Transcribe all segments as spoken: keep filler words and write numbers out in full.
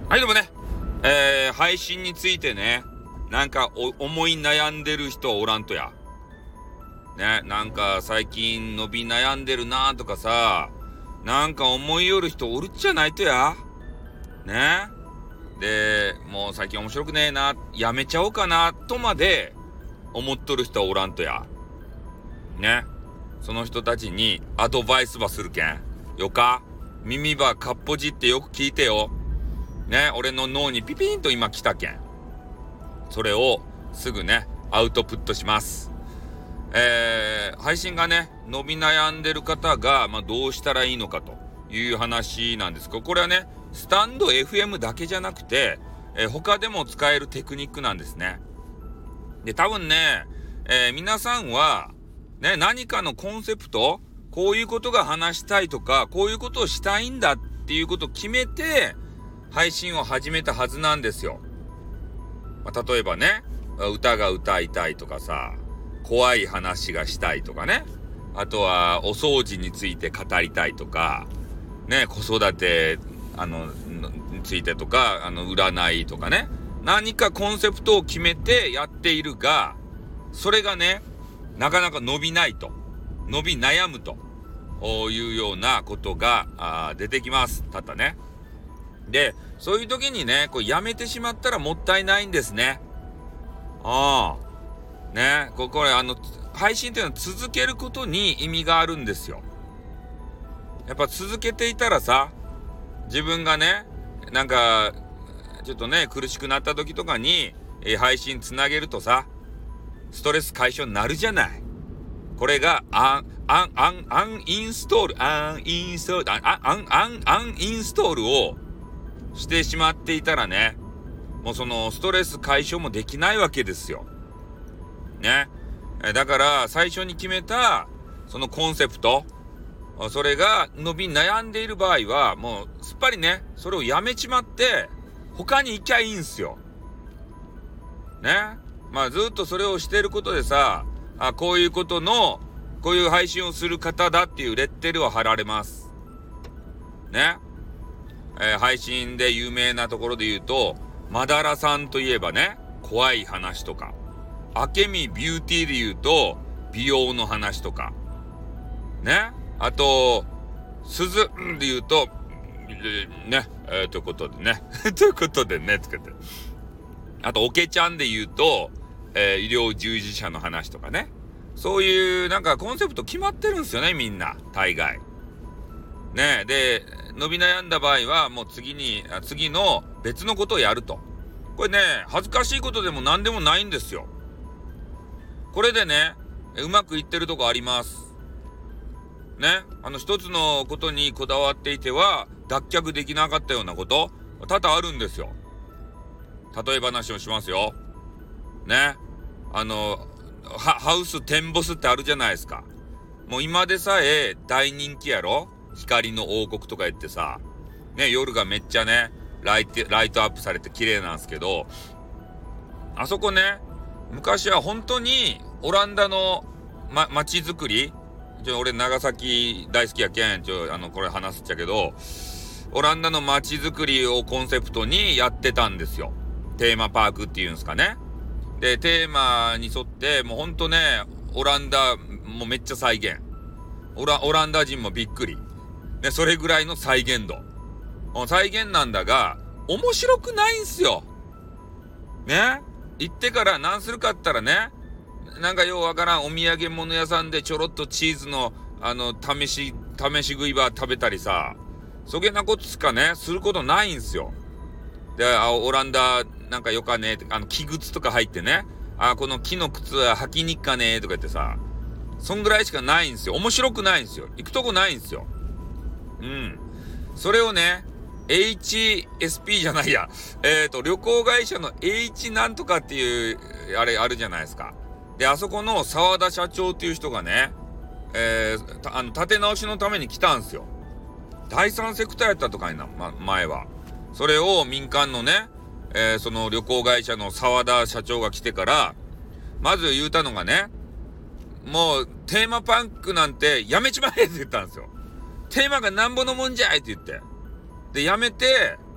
はいどうもね、えー、配信についてね、なんかお思い悩んでる人おらんとや。ね、なんか最近伸び悩んでるなとかさ、なんか思いよる人おるっちゃないとや。ね。で、もう最近面白くねえな、やめちゃおうかな、とまで思っとる人おらんとや。ね。その人たちにアドバイスばするけん。よか耳ばかっぽじってよく聞いてよ。ね、俺の脳にピピンと今来たけん。それをすぐね、アウトプットします。えー、配信がね、伸び悩んでる方が、まあ、どうしたらいいのかという話なんですけど、これはね、スタンド エフエム だけじゃなくて、えー、他でも使えるテクニックなんですね。で、多分ね、えー、皆さんは、ね、何かのコンセプト、こういうことが話したいとか、こういうことをしたいんだっていうことを決めて、配信を始めたはずなんですよ。まあ、例えばね、歌が歌いたいとかさ、怖い話がしたいとかね、あとはお掃除について語りたいとか、ね、子育てあのについてとか、あの占いとかね、何かコンセプトを決めてやっているが、それがね、なかなか伸びないと、伸び悩むというようなことが出てきます。たったね。で、そういう時にね、こうやめてしまったらもったいないんですね。ああ。ね、ここれあの、配信っていうのは続けることに意味があるんですよ。やっぱ続けていたらさ、自分がね、なんか、ちょっとね、苦しくなった時とかに、えー、配信つなげるとさ、ストレス解消になるじゃない。これが、アン、アン、アン、アンインストール、アンインストール、アン、アン、アン、アンインストールを、してしまっていたらね、もうそのストレス解消もできないわけですよ。ね。だから最初に決めたそのコンセプト、それが伸び悩んでいる場合はもうすっぱりね、それをやめちまって他に行きゃいいんすよ。ね。まあずっとそれをしていることでさ、あ、こういうことのこういう配信をする方だっていうレッテルは貼られます。ね。えー、配信で有名なところで言うと、マダラさんといえばね、怖い話とか、アケミビューティーで言うと、美容の話とか、ね、あと、鈴で言うと、ね、えー、ということでね、ということでね、つけて。あと、オケちゃんで言うと、えー、医療従事者の話とかね、そういうなんかコンセプト決まってるんですよね、みんな、大概。ね、で、伸び悩んだ場合はもう次に次の別のことをやると。これね、恥ずかしいことでも何でもないんですよ。これでね、うまくいってるとこあります。ね、あの一つのことにこだわっていては脱却できなかったようなこと多々あるんですよ。例え話をしますよ。ね、あのハウステンボスってあるじゃないですか。もう今でさえ大人気やろ。光の王国とか言ってさ、ね、夜がめっちゃね、ライト、ライトアップされて綺麗なんですけど、あそこね、昔は本当にオランダの、ま、街づくり、ちょ、俺長崎大好きやけん、ちょ、あの、これ話すっちゃけど、オランダの街づくりをコンセプトにやってたんですよ。テーマパークっていうんですかね。で、テーマに沿って、もうほんとね、オランダ、もうめっちゃ再現。オラ、オランダ人もびっくり。ね、それぐらいの再現度。再現なんだが、面白くないんすよ。ね。行ってから何するかったらね、なんかようわからんお土産物屋さんでちょろっとチーズの、あの、試し、試し食いば食べたりさ、そげなことしかね、することないんすよ。で、あ、オランダ、なんかよかね、あの、木靴とか入ってね、あ、この木の靴は履きにっかね、とか言ってさ、そんぐらいしかないんすよ。面白くないんすよ。行くとこないんすよ。うん。それをね、エイチエスピー じゃないや。えっと、旅行会社の H なんとかっていう、あれあるじゃないですか。で、あそこの沢田社長っていう人がね、えー、あの、立て直しのために来たんですよ。第三セクターやったとかにな、ま、前は。それを民間のね、えー、その旅行会社の沢田社長が来てから、まず言うたのがね、もう、テーマパークなんてやめちまえって言ったんですよ。テーマがなんぼのもんじゃいって言って。で、やめて、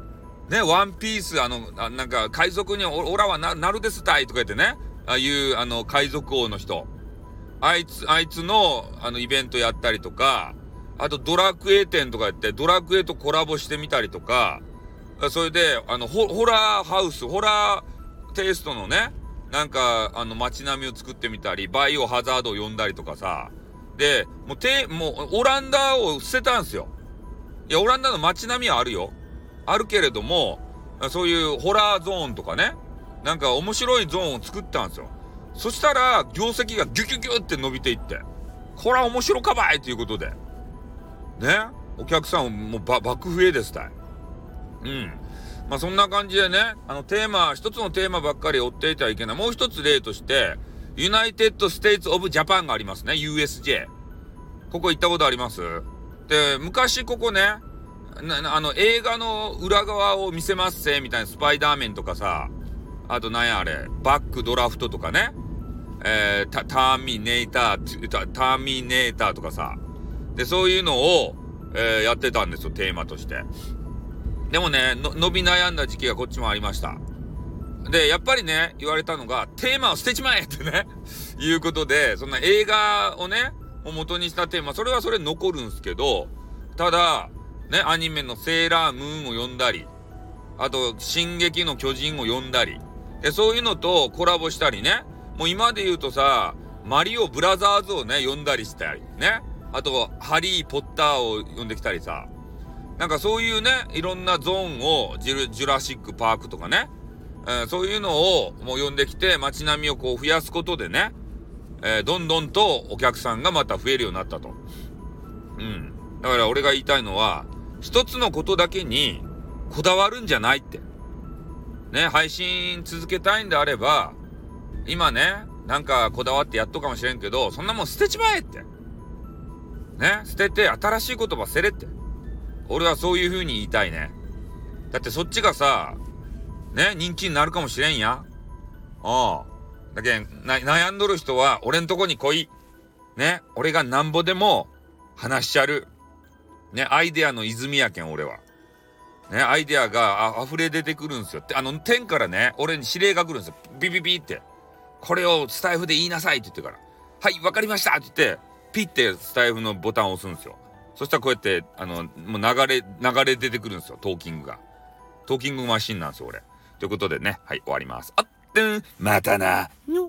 ね、ワンピース、あの、あなんか、海賊にお、オラはな、なるですたいとか言ってね、ああいう、あの、海賊王の人。あいつ、あいつの、あの、イベントやったりとか、あと、ドラクエ展とか言って、ドラクエとコラボしてみたりとか、それで、あの、ホ、ホラーハウス、ホラーテイストのね、なんか、あの、街並みを作ってみたり、バイオハザードを呼んだりとかさ、で、もう、て、もう、オランダを捨てたんすよ。いや、オランダの街並みはあるよ。あるけれども、そういうホラーゾーンとかね、なんか面白いゾーンを作ったんですよ。そしたら、業績がギュギュギュって伸びていって、これは面白かばいということで、ね、お客さんもば爆増えですたい。うん。まあそんな感じでね、あのテーマ、一つのテーマばっかり追っていてはいけない。もう一つ例として、ユナイテッド・ステイツ・オブ・ジャパンがありますね。ユーエスジェー。ここ行ったことあります？で、昔ここね、なあの映画の裏側を見せますせみたいな、スパイダーメンとかさ、あとなんやあれ、バックドラフトとかね、えー、タ、ターミネーター、タ、ターミネーターとかさ、で、そういうのを、えー、やってたんですよ、テーマとして。でもね、の、伸び悩んだ時期がこっちもありました。で、やっぱりね、言われたのが、テーマを捨てちまえってね、いうことで、そんな映画をね、を元にしたテーマ、それはそれ残るんすけど、ただ、ね、アニメのセーラームーンを読んだり、あと、進撃の巨人を読んだり、で、そういうのとコラボしたりね、もう今で言うとさ、マリオブラザーズをね、読んだりしたり、ね、あと、ハリーポッターを読んできたりさ、なんかそういうね、いろんなゾーンを、ジュ、ジュラシックパークとかね、えー、そういうのをもう読んできて、街並みをこう増やすことでね、えー、どんどんとお客さんがまた増えるようになったと。うん。だから俺が言いたいのは、一つのことだけにこだわるんじゃないって。ね、配信続けたいんであれば、今ね、なんかこだわってやっとかもしれんけど、そんなもん捨てちまえって。ね、捨てて新しい言葉せれって。俺はそういう風に言いたいね。だってそっちがさ、ね、人気になるかもしれんや。ああ。だけん、な、悩んどる人は俺んとこに来い。ね、俺がなんぼでも話しちゃる。ね、アイデアの泉やけん、俺は。ね、アイデアがあ溢れ出てくるんですよ。って、あの、天からね、俺に指令が来るんですよ。ビビビって。これをスタイフで言いなさいって言ってから。はい、わかりましたって言って、ピッてスタイフのボタンを押すんですよ。そしたらこうやって、あの、もう流れ、流れ出てくるんですよ。トーキングが。トーキングマシンなんですよ、俺。ということでね、はい、終わります。あってん、またな。にょ